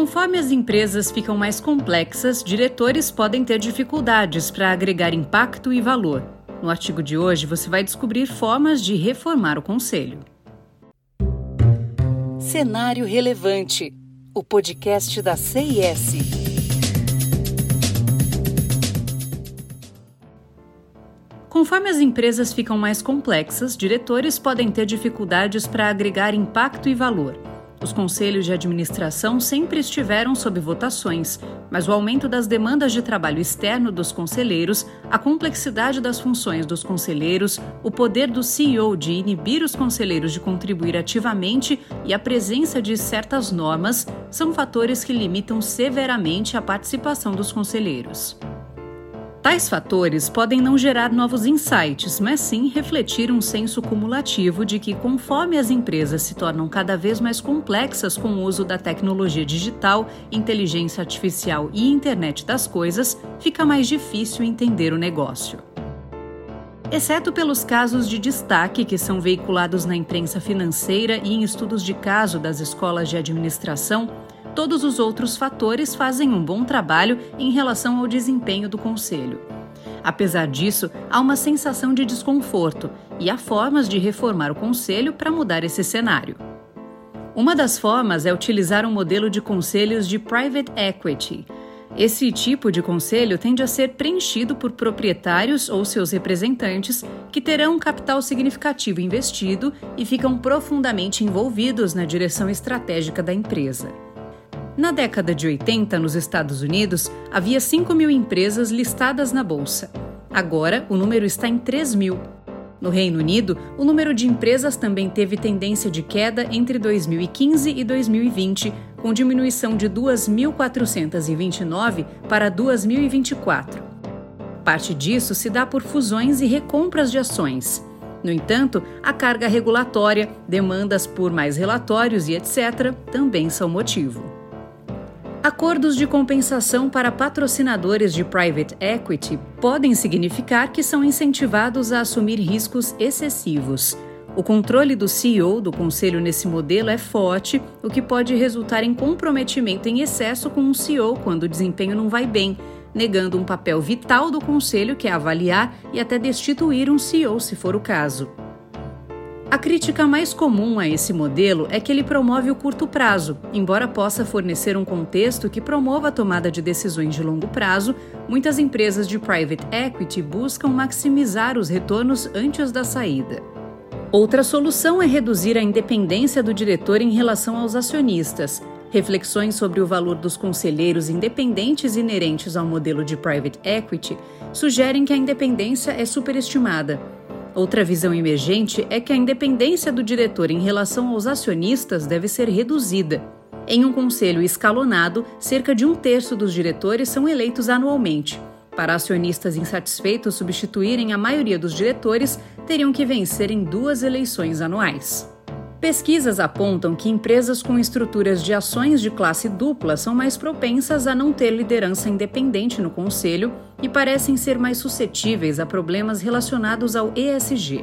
Conforme as empresas ficam mais complexas, diretores podem ter dificuldades para agregar impacto e valor. No artigo de hoje, você vai descobrir formas de reformar o conselho. Cenário Relevante, o podcast da CIS. Conforme as empresas ficam mais complexas, diretores podem ter dificuldades para agregar impacto e valor. Os conselhos de administração sempre estiveram sob votações, mas o aumento das demandas de trabalho externo dos conselheiros, a complexidade das funções dos conselheiros, o poder do CEO de inibir os conselheiros de contribuir ativamente e a presença de certas normas são fatores que limitam severamente a participação dos conselheiros. Tais fatores podem não gerar novos insights, mas sim refletir um senso cumulativo de que, conforme as empresas se tornam cada vez mais complexas com o uso da tecnologia digital, inteligência artificial e internet das coisas, fica mais difícil entender o negócio. Exceto pelos casos de destaque que são veiculados na imprensa financeira e em estudos de caso das escolas de administração, todos os outros fatores fazem um bom trabalho em relação ao desempenho do conselho. Apesar disso, há uma sensação de desconforto e há formas de reformar o conselho para mudar esse cenário. Uma das formas é utilizar um modelo de conselhos de private equity. Esse tipo de conselho tende a ser preenchido por proprietários ou seus representantes que terão um capital significativo investido e ficam profundamente envolvidos na direção estratégica da empresa. Na década de 80, nos Estados Unidos, havia 5.000 empresas listadas na Bolsa. Agora, o número está em 3.000. No Reino Unido, o número de empresas também teve tendência de queda entre 2015 e 2020, com diminuição de 2.429 para 2.024. Parte disso se dá por fusões e recompras de ações. No entanto, a carga regulatória, demandas por mais relatórios e etc. também são motivo. Acordos de compensação para patrocinadores de private equity podem significar que são incentivados a assumir riscos excessivos. O controle do CEO do conselho nesse modelo é forte, o que pode resultar em comprometimento em excesso com um CEO quando o desempenho não vai bem, negando um papel vital do conselho, que é avaliar e até destituir um CEO, se for o caso. A crítica mais comum a esse modelo é que ele promove o curto prazo. Embora possa fornecer um contexto que promova a tomada de decisões de longo prazo, muitas empresas de private equity buscam maximizar os retornos antes da saída. Outra solução é reduzir a independência do diretor em relação aos acionistas. Reflexões sobre o valor dos conselheiros independentes inerentes ao modelo de private equity sugerem que a independência é superestimada. Outra visão emergente é que a independência do diretor em relação aos acionistas deve ser reduzida. Em um conselho escalonado, cerca de 1/3 dos diretores são eleitos anualmente. Para acionistas insatisfeitos substituírem a maioria dos diretores, teriam que vencer em 2 eleições anuais. Pesquisas apontam que empresas com estruturas de ações de classe dupla são mais propensas a não ter liderança independente no conselho e parecem ser mais suscetíveis a problemas relacionados ao ESG.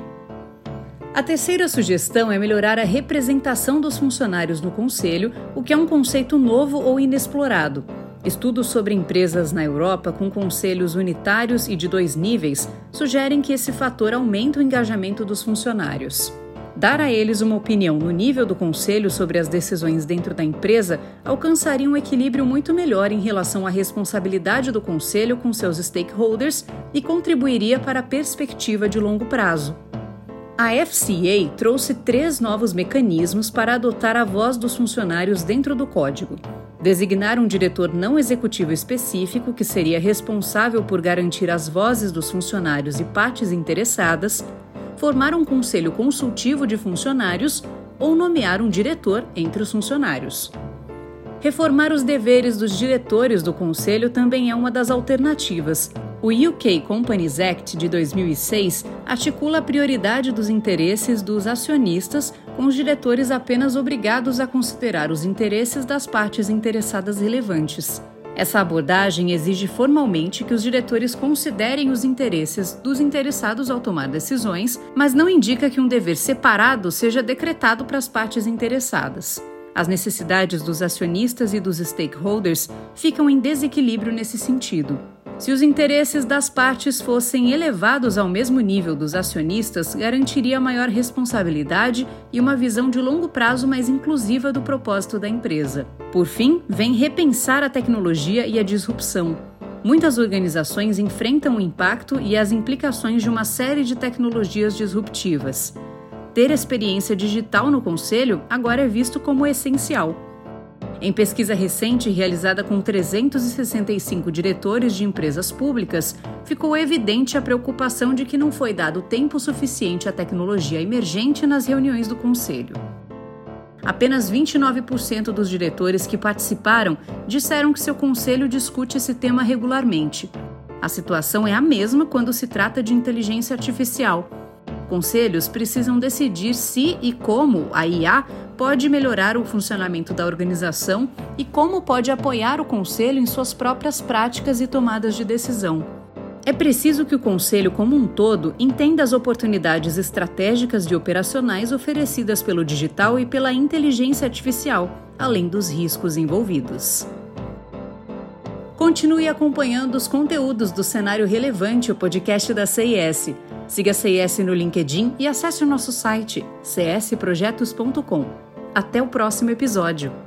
A terceira sugestão é melhorar a representação dos funcionários no conselho, o que é um conceito novo ou inexplorado. Estudos sobre empresas na Europa com conselhos unitários e de 2 níveis sugerem que esse fator aumenta o engajamento dos funcionários. Dar a eles uma opinião no nível do conselho sobre as decisões dentro da empresa alcançaria um equilíbrio muito melhor em relação à responsabilidade do conselho com seus stakeholders e contribuiria para a perspectiva de longo prazo. A FCA trouxe 3 novos mecanismos para adotar a voz dos funcionários dentro do código. Designar um diretor não executivo específico que seria responsável por garantir as vozes dos funcionários e partes interessadas, formar um conselho consultivo de funcionários ou nomear um diretor entre os funcionários. Reformar os deveres dos diretores do conselho também é uma das alternativas. O UK Companies Act de 2006 articula a prioridade dos interesses dos acionistas, com os diretores apenas obrigados a considerar os interesses das partes interessadas relevantes. Essa abordagem exige formalmente que os diretores considerem os interesses dos interessados ao tomar decisões, mas não indica que um dever separado seja decretado para as partes interessadas. As necessidades dos acionistas e dos stakeholders ficam em desequilíbrio nesse sentido. Se os interesses das partes fossem elevados ao mesmo nível dos acionistas, garantiria maior responsabilidade e uma visão de longo prazo mais inclusiva do propósito da empresa. Por fim, vem repensar a tecnologia e a disrupção. Muitas organizações enfrentam o impacto e as implicações de uma série de tecnologias disruptivas. Ter experiência digital no conselho agora é visto como essencial. Em pesquisa recente realizada com 365 diretores de empresas públicas, ficou evidente a preocupação de que não foi dado tempo suficiente à tecnologia emergente nas reuniões do conselho. Apenas 29% dos diretores que participaram disseram que seu conselho discute esse tema regularmente. A situação é a mesma quando se trata de inteligência artificial. Conselhos precisam decidir se e como a IA pode melhorar o funcionamento da organização e como pode apoiar o conselho em suas próprias práticas e tomadas de decisão. É preciso que o conselho como um todo entenda as oportunidades estratégicas e operacionais oferecidas pelo digital e pela inteligência artificial, além dos riscos envolvidos. Continue acompanhando os conteúdos do Cenário Relevante, o podcast da CIS. Siga a CIS no LinkedIn e acesse o nosso site csprojetos.com. Até o próximo episódio!